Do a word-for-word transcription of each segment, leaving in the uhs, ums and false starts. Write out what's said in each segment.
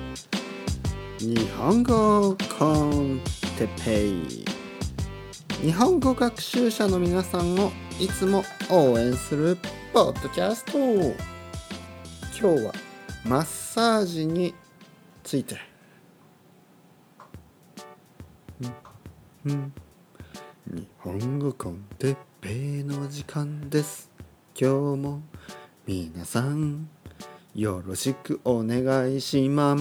日本語コンテペイ。日本語学習者の皆さんをいつも応援するポッドキャスト。今日はマッサージについて。うんうん、日本語コンテペイの時間です。今日も皆さんよろしくお願いします。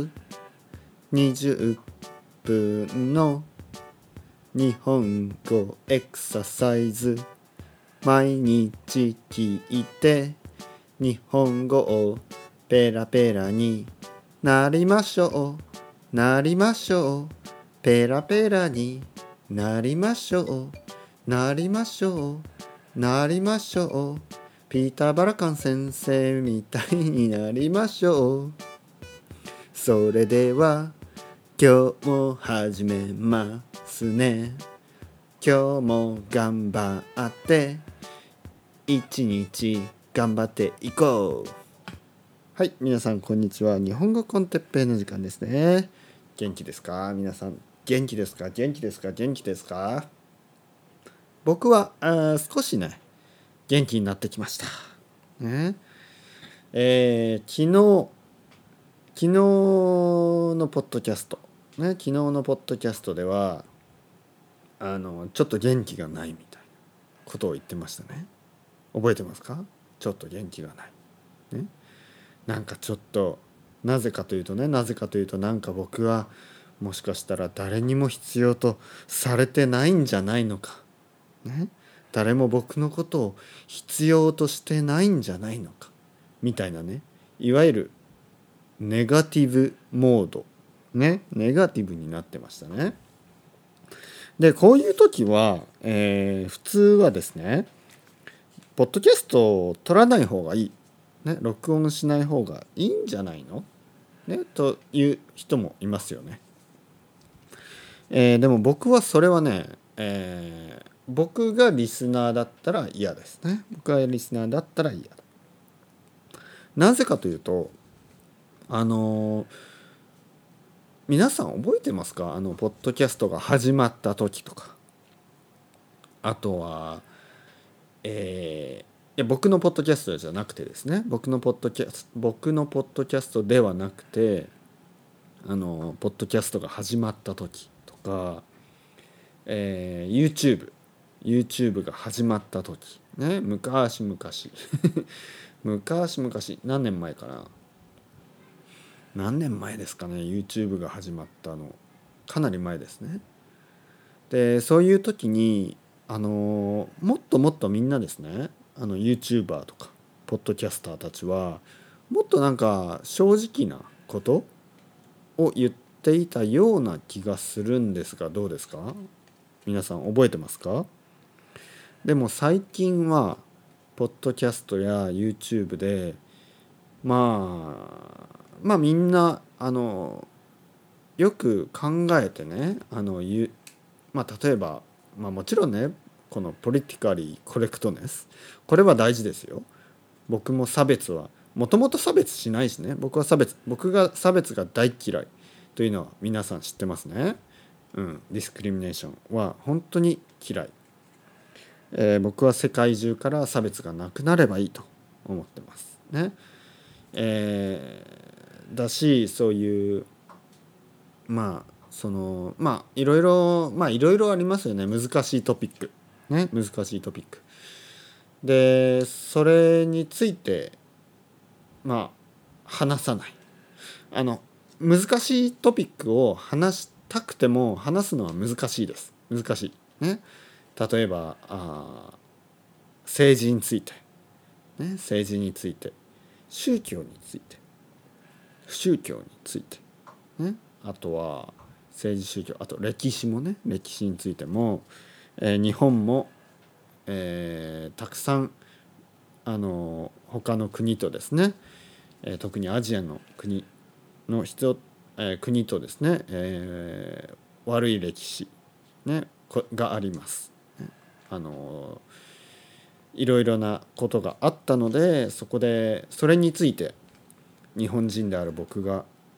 にじゅっぷんの日本語エクササイズ、毎日聞いて日本語をペラペラになりましょうなりましょうペラペラになりましょうなりましょうなりましょうピーター・バラカン先生みたいになりましょう。それでは今日も始めますね。今日も頑張って一日頑張っていこう。はい、皆さんこんにちは。日本語コンテッペイの時間ですね。元気ですか？皆さん元気ですか？元気ですか？元気ですか？僕はあ少しね元気になってきました。ねえー、昨日昨日のポッドキャストね、昨日のポッドキャストではあのちょっと元気がないみたいなことを言ってましたね。覚えてますか？ちょっと元気がない、ね、なんかちょっとなぜかというとねなぜかというとなんか僕はもしかしたら誰にも必要とされてないんじゃないのか、ね、誰も僕のことを必要としてないんじゃないのかみたいなね、いわゆるネガティブモードね、ネガティブになってましたね。でこういう時は、えー、普通はですねポッドキャストを撮らない方がいい、ね、録音しない方がいいんじゃないの、ね、という人もいますよね。えー、でも僕はそれはね、えー、僕がリスナーだったら嫌ですね。僕がリスナーだったら嫌だ。なぜかというとあのー皆さん覚えてますか？あのポッドキャストが始まった時とか、あとは、えー、いや僕のポッドキャストじゃなくてですね、僕のポッドキャスト僕のポッドキャストではなくて、あのポッドキャストが始まった時とか、えー、YouTube YouTube が始まった時ね、昔々昔々何年前かな、何年前ですかね、 YouTube が始まったのかなり前ですね。でそういう時にあのもっともっとみんなですね、あの YouTuber とかポッドキャスターたちはもっとなんか正直なことを言っていたような気がするんですが、どうですか？皆さん覚えてますか？でも最近はポッドキャストや YouTube でまあまあみんなあのよく考えてね、あのゆまあ例えば、まあ、もちろんねこのポリティカリーコレクトネス、これは大事ですよ。僕も差別はもともと差別しないしね、僕は差別僕が差別が大嫌いというのは皆さん知ってますね。うん、ディスクリミネーションは本当に嫌い、えー、僕は世界中から差別がなくなればいいと思ってますね。えー、だしそういうまあそのまあいろいろまあいろいろありますよね、難しいトピックね、難しいトピックでそれについてまあ話さない、あの難しいトピックを話したくても話すのは難しいです。難しいね。例えばあ政治について、ね、政治について、宗教について、宗教について、ね、あとは政治宗教、あと歴史もね、歴史についても、えー、日本も、えー、たくさんあの他の国とですね、えー、特にアジアの国の人、えー、国とですね、えー、悪い歴史、ね、があります。あのいろいろなことがあったので、そこでそれについて日本人である僕が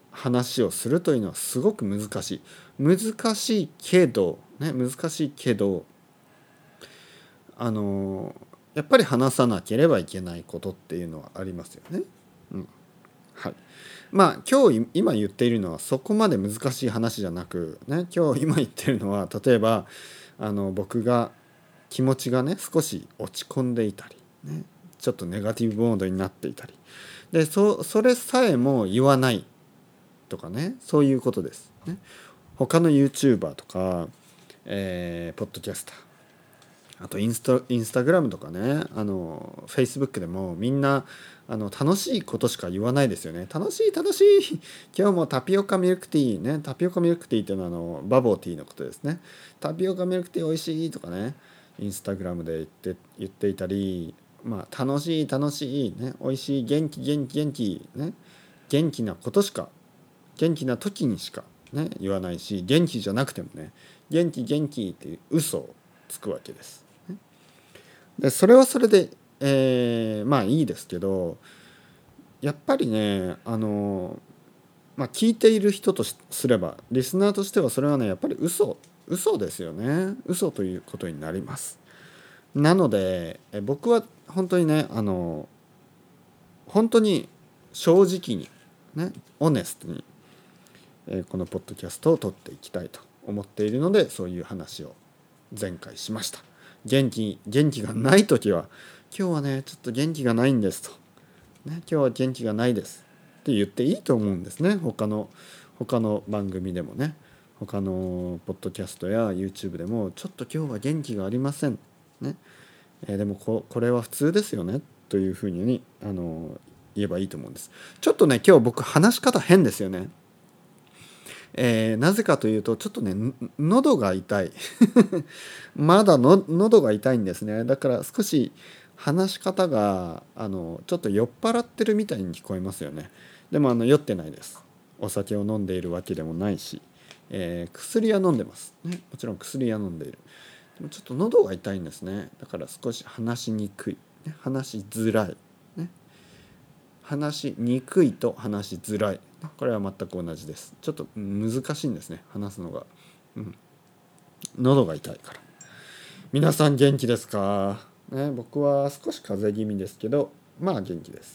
話をするというのはすごく難しい難しいけどね難しいけどあのやっぱり話さなければいけないことっていうのはありますよね。うん、はい。まあ今日今言っているのはそこまで難しい話じゃなくね今日今言っているのは例えばあの僕が気持ちがね少し落ち込んでいたり、ね、ちょっとネガティブモードになっていたりで そ, それさえも言わないとかねそういうことです、ね、他の YouTuber とか、えー、ポッドキャスターあとインスタ、インスタグラムとかねあの Facebook でもみんなあの楽しいことしか言わないですよね。楽しい楽しい今日もタピオカミルクティーねタピオカミルクティーっていうのはあのバボーティーのことですね。タピオカミルクティー美味しいとかねインスタグラムで言って言っていたりまあ楽しい楽しいね美味しい元気元気元気ね元気なことしか元気な時にしかね言わないし元気じゃなくてもね元気元気っていう嘘をつくわけです。でそれはそれで、えー、まあいいですけどやっぱりねあのまあ聞いている人とすればリスナーとしてはそれはねやっぱり嘘嘘ですよね。嘘ということになります。なのでえ僕は本当にねあの本当に正直にねオネストに、えー、このポッドキャストを撮っていきたいと思っているのでそういう話を前回しました。元気元気がない時は今日はねちょっと元気がないんですと、ね、今日は元気がないですって言っていいと思うんですね。他の他の番組でもね他のポッドキャストや YouTube でもちょっと今日は元気がありません、ねえー、でも こ, これは普通ですよねというふうにあの言えばいいと思うんです。ちょっとね今日僕話し方変ですよね。えー、なぜかというとちょっとね喉が痛いまだの喉が痛いんですね。だから少し話し方があのちょっと酔っ払ってるみたいに聞こえますよね。でもあの酔ってないです。お酒を飲んでいるわけでもないし、えー、薬は飲んでます、ね、もちろん薬は飲んでいる。でもちょっと喉が痛いんですね。だから少し話しにくい、ね、話しづらい、ね、話しにくいと話しづらいこれは全く同じです。ちょっと難しいんですね話すのが、うん、喉が痛いから。皆さん元気ですか、ね、僕は少し風邪気味ですけどまあ元気です、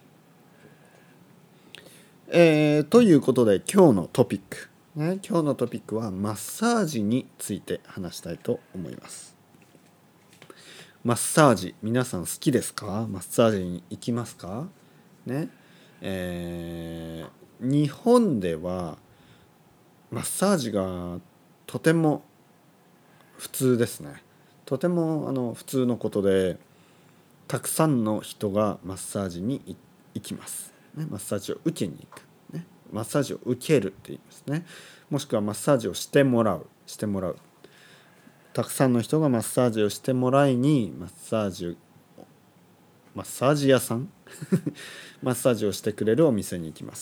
えー、ということで今日のトピック、ね、今日のトピックはマッサージについて話したいと思います。マッサージ皆さん好きですか？マッサージに行きますかね。えー、日本ではマッサージがとても普通ですね。とてもあの普通のことでたくさんの人がマッサージに行きます、ね、マッサージを受けに行く、ね、マッサージを受けるって言いますね。もしくはマッサージをしてもらうしてもらうたくさんの人がマッサージをしてもらいにマッサージマッサージ屋さんマッサージをしてくれるお店に行きます。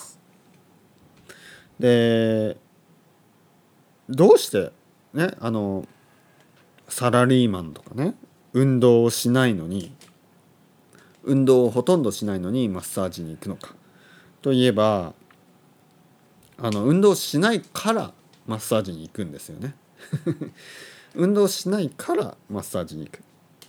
でどうしてねあのサラリーマンとかね運動をしないのに運動をほとんどしないのにマッサージに行くのかといえばあの運動しないからマッサージに行くんですよね運動しないからマッサージに行く。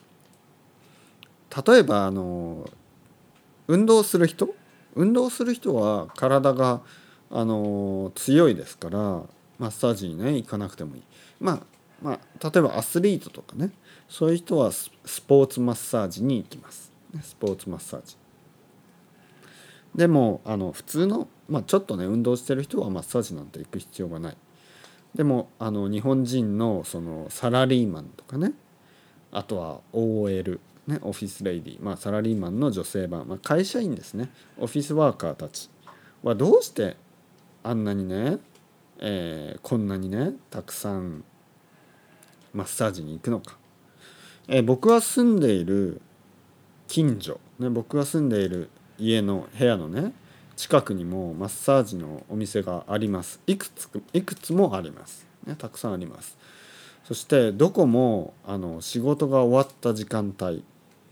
例えばあの運動する人運動する人は体があの強いですからマッサージにね行かなくてもいい。まあまあ例えばアスリートとかねそういう人はスポーツマッサージに行きます。スポーツマッサージでもあの普通の、まあ、ちょっとね運動してる人はマッサージなんて行く必要がない。でもあの日本人のそのサラリーマンとかねあとは オーエル、ね、オフィスレイディ、まあ、サラリーマンの女性版、まあ、会社員ですねオフィスワーカーたちはどうしてあんなにね、えー、こんなにねたくさんマッサージに行くのか、えー、僕は住んでいる近所、ね、僕が住んでいる家の部屋のね近くにもマッサージのお店があります。いくついくつもあります、ね、たくさんあります。そしてどこもあの仕事が終わった時間帯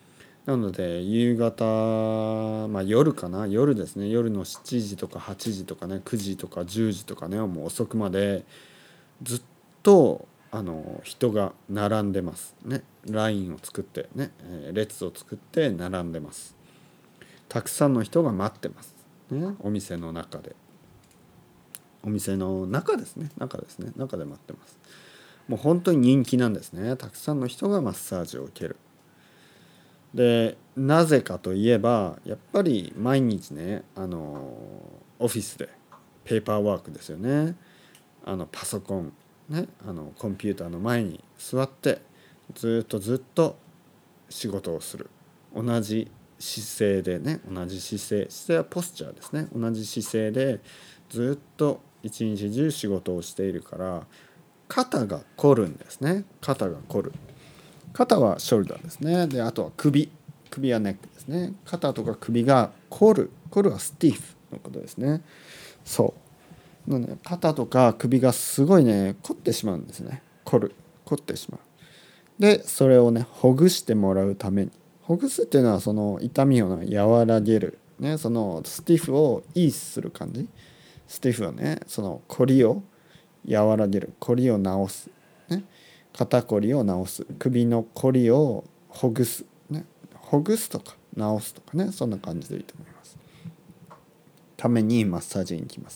なので夕方、まあ夜かな、夜ですね、夜のしちじとかはちじとかね、くじとかじゅうじとかね、もう遅くまでずっとあの人が並んでますね。ラインを作ってね、えー列を作って並んでます。たくさんの人が待ってますね、お店の中で。お店の中ですね、中ですね、中で待ってます。もう本当に人気なんですね。たくさんの人がマッサージを受ける。でなぜかといえばやっぱり毎日ね、あのオフィスでペーパーワークですよね。あのパソコンね、あのコンピューターの前に座ってずっとずっと仕事をする。同じ姿勢でね、同じ姿勢姿勢はポスチャーですね。同じ姿勢でずっと一日中仕事をしているから肩が凝るんですね。肩が凝る。肩はショルダーですね。であとは首首はネックですね。肩とか首が凝る。凝るはスティーフのことですね。そうなので肩とか首がすごいね凝ってしまうんですね。凝る凝ってしまう。でそれをねほぐしてもらうために、ほぐすっていうのはその痛みを、ね、和らげる、ね、そのスティーフをイースする感じ。スティーフはねその凝りを和らげる、凝りを治す、ね、肩こりを治す、首のこりをほぐす、ね、ほぐすとか治すとかね、そんな感じでいいと思います。ためにマッサージに行きます。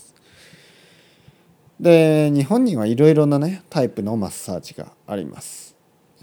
で日本にはいろいろなねタイプのマッサージがあります。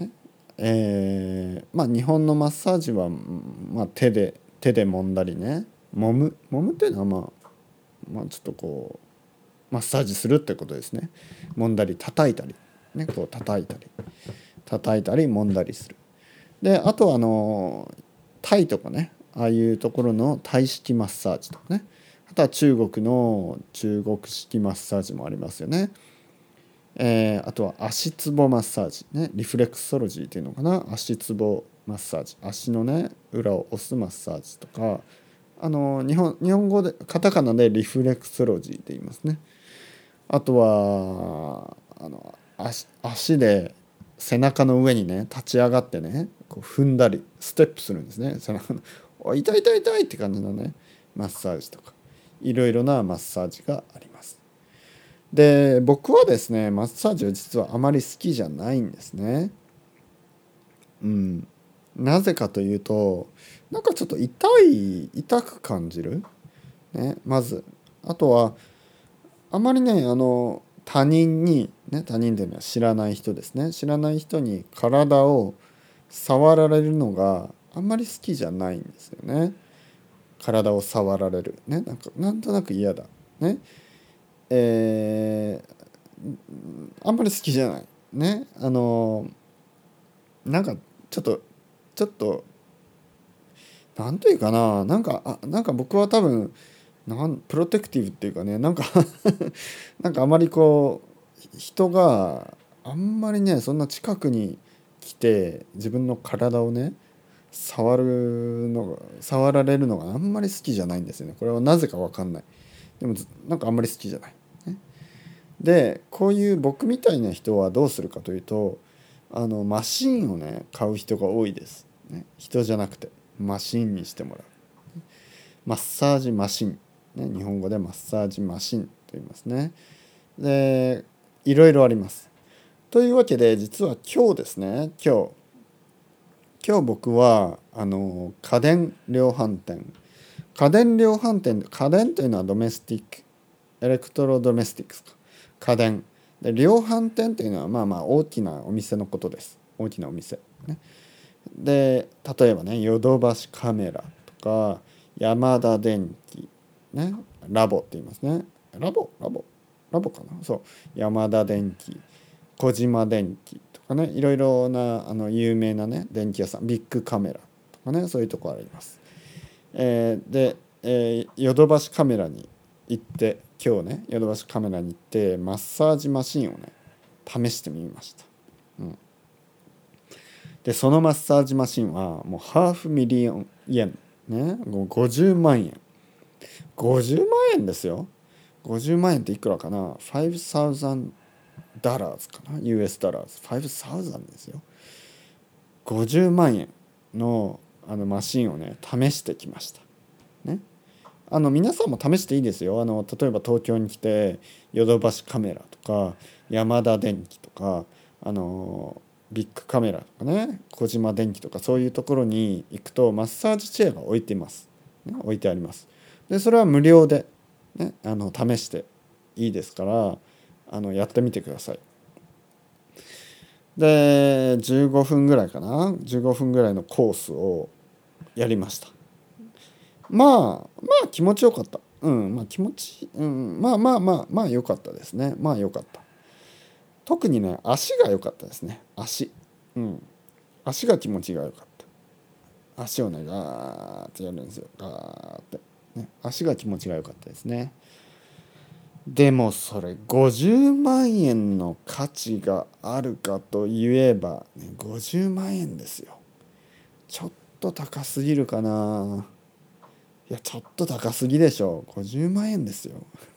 えー、まあ日本のマッサージは、まあ、手で手で揉んだりね、揉む揉むっていうのはまあまあちょっとこうマッサージするってことですね。揉んだり叩いたりね、こう叩いたり叩いたり揉んだりする。であとはあのタイとかね、ああいうところのタイ式マッサージとかね、あとは中国の中国式マッサージもありますよね。えー、あとは足つぼマッサージね、リフレクソロジーっていうのかな、足つぼマッサージ、足のね裏を押すマッサージとか、あの日本日本語でカタカナでリフレクソロジーって言いますね。あとはあの 足, 足で背中の上にね立ち上がってねこう踏んだりステップするんですね。背中のお痛い痛い痛いって感じのねマッサージとかいろいろなマッサージがあります。で僕はですねマッサージは実はあまり好きじゃないんですね。うん、なぜかというとなんかちょっと痛い痛く感じる、ね、まずあとはあまりねあの他人にね、他人というのは知らない人ですね、知らない人に体を触られるのがあんまり好きじゃないんですよね。体を触られるね、なんかなんとなく嫌だね、えー、あんまり好きじゃないね。あのなんかちょっとちょっとなんというかな、なんかあなんか僕は多分なんプロテクティブっていうかね、なんかなんかあまりこう人があんまりねそんな近くに来て自分の体をね触るのが触られるのがあんまり好きじゃないんですよね。これはなぜか分かんない。でもなんかあんまり好きじゃない、ね、でこういう僕みたいな人はどうするかというと、あのマシンをね買う人が多いです、ね、人じゃなくてマシンにしてもらう。マッサージマシン、ね、日本語でマッサージマシンと言いますね。でいろいろあります。というわけで実は今日ですね、今日今日僕はあの家電量販店家電量販店家電というのはドメスティックエレクトロドメスティックスか、家電で量販店というのはまあまあ大きなお店のことです。大きなお店、ね、で例えばねヨドバシカメラとかヤマダ電機、ね、ラボって言いますね。ラボラボラボかな、そうヤマダ電機、小島電機とかね、いろいろなあの有名なね電気屋さん、ビッグカメラとかね、そういうとこあります。えー、で、えー、ヨドバシカメラに行って今日ねヨドバシカメラに行ってマッサージマシンをね試してみました。うん、でそのマッサージマシンはもうハーフミリオン円ね、ごじゅうまんえんごじゅうまん円ですよ。ごじゅうまん円っていくらかな、ごせんダラーズかな、 ユーエス ダラーズごせんですよ。ごじゅうまん円のあのマシンをね試してきました、ね、あの皆さんも試していいですよ。あの例えば東京に来てヨドバシカメラとかヤマダ電機とかあのビッグカメラとかね小島電機とかそういうところに行くとマッサージチェアが置いています、ね、置いてあります。でそれは無料で、ね、あの試していいですからあのやってみてください。でじゅうごふんぐらいかなじゅうごふんぐらいのコースをやりました。まあまあ気持ちよかった。うんまあ気持ちうんまあまあまあまあ良かったですね。まあ良かった。特にね足が良かったですね。足うん足が気持ちが良かった。足をねガーってやるんですよ。ガーって、ね、足が気持ちが良かったですね。でもそれごじゅうまんえんの価値があるかといえば、ね、ごじゅうまんえんですよ。ちょっと高すぎるかな。いやちょっと高すぎでしょ。ごじゅうまんえんですよ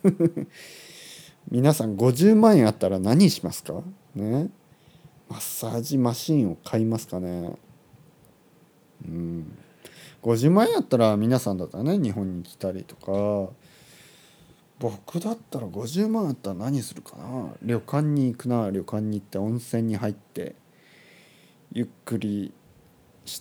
皆さんごじゅうまんえんあったら何しますかね。マッサージマシンを買いますかね。うんごじゅうまんえんあったら皆さんだったらね日本に来たりとか、僕だったらごじゅうまんあったら何するかな。旅館に行くな。旅館に行って温泉に入ってゆっくりして、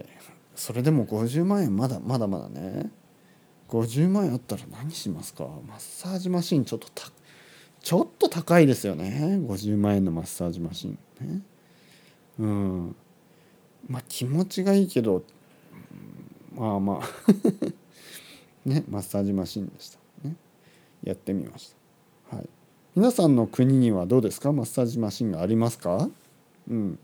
それでもごじゅうまんえんまだまだまだね。ごじゅうまんえんあったら何しますか。マッサージマシンちょっとたちょっと高いですよね。ごじゅうまんえんのマッサージマシンね。うんまあ気持ちがいいけどまあまあねマッサージマシンでしたね。やってみました。はい。皆さんの国にはどうですか。マッサージマシンがありますか。うん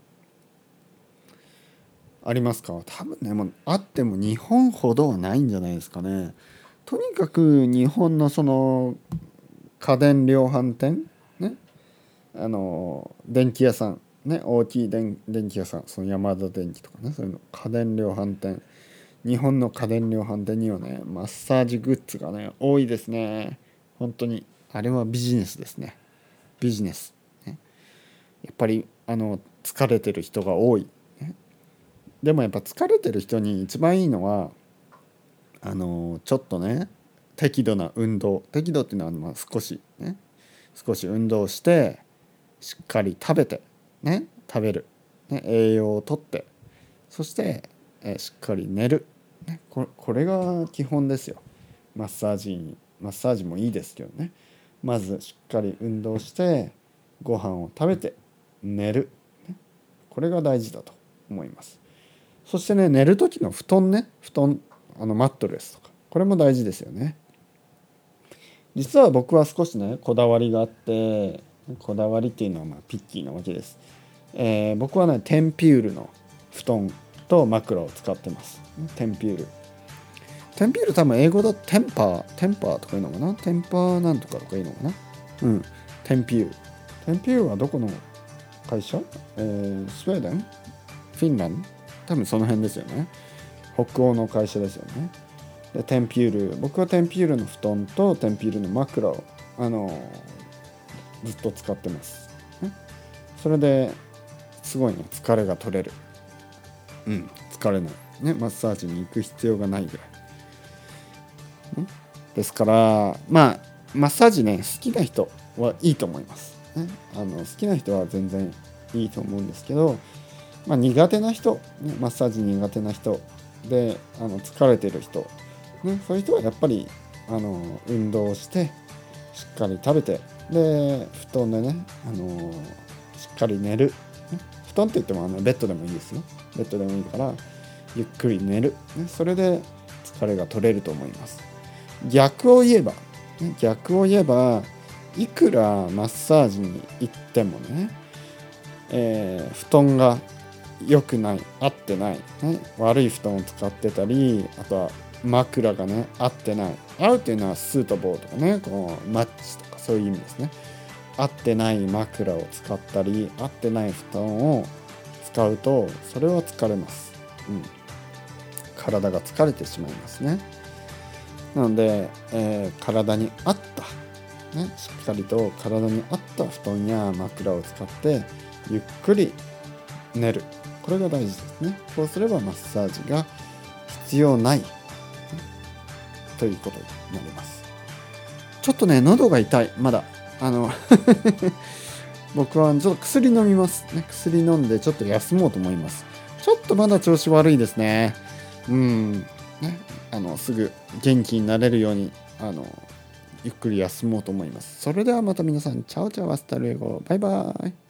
ありますか。多分ねもうあっても日本ほどはないんじゃないですかね。とにかく日本のその家電量販店ねあの電気屋さんね大きい電、電気屋さんそのヤマダ電機とかねそういうの家電量販店日本の家電量販店にはねマッサージグッズがね多いですね。本当にあれはビジネスですね。ビジネス、ね、やっぱりあの疲れてる人が多い、ね、でもやっぱ疲れてる人に一番いいのはあのちょっとね適度な運動適度っていうのはまあ少しね少し運動してしっかり食べてね食べる、ね、栄養をとってそして、えしっかり寝る、ね、これ、これが基本ですよ。マッサージマッサージもいいですけどねまずしっかり運動してご飯を食べて寝る、ね、これが大事だと思います。そしてね寝る時の布団ね布団あのマットレスとかこれも大事ですよね。実は僕は少しねこだわりがあってこだわりっていうのはまあピッキーなわけです。えー、僕はねテンピュールの布団と枕を使ってます。テンピュールテンピュール多分英語だとテンパーテンパーとかいうのかなテンパーなんとかとかいうのかなうんテンピュールテンピュールはどこの会社、えー、スウェーデンフィンランド多分その辺ですよね。北欧の会社ですよね。でテンピュール僕はテンピュールの布団とテンピュールの枕をあのずっと使ってます、ね、それですごいね疲れが取れる。うん疲れないねマッサージに行く必要がないぐらい、ね、ですからまあマッサージね好きな人はいいと思います、ね、あの好きな人は全然いいと思うんですけど、まあ、苦手な人、ね、マッサージ苦手な人であの疲れてる人ね、そういう人はやっぱりあの運動してしっかり食べてで布団でね、あのしっかり寝る、ね、布団って言ってもあのベッドでもいいですよ。ベッドでもいいからゆっくり寝る、ね、それで疲れが取れると思います。逆を言えば、ね、逆を言えばいくらマッサージに行ってもね、えー、布団が良くない合ってない、ね、悪い布団を使ってたりあとは枕がね合ってない合うっていうのはスートボーとかねこうマッチとかそういう意味ですね。合ってない枕を使ったり合ってない布団を使うとそれは疲れます、うん、体が疲れてしまいますね。なので、えー、体に合った、ね、しっかりと体に合った布団や枕を使ってゆっくり寝るここれが大事ですね。こうすればマッサージが必要ないということになります。ちょっとね喉が痛い。まだあの僕はちょっと薬飲みますね。薬飲んでちょっと休もうと思います。ちょっとまだ調子悪いですね。うんね、あのすぐ元気になれるようにあのゆっくり休もうと思います。それではまた皆さん、チャオチャオ、アスタルエゴ、バイバイ。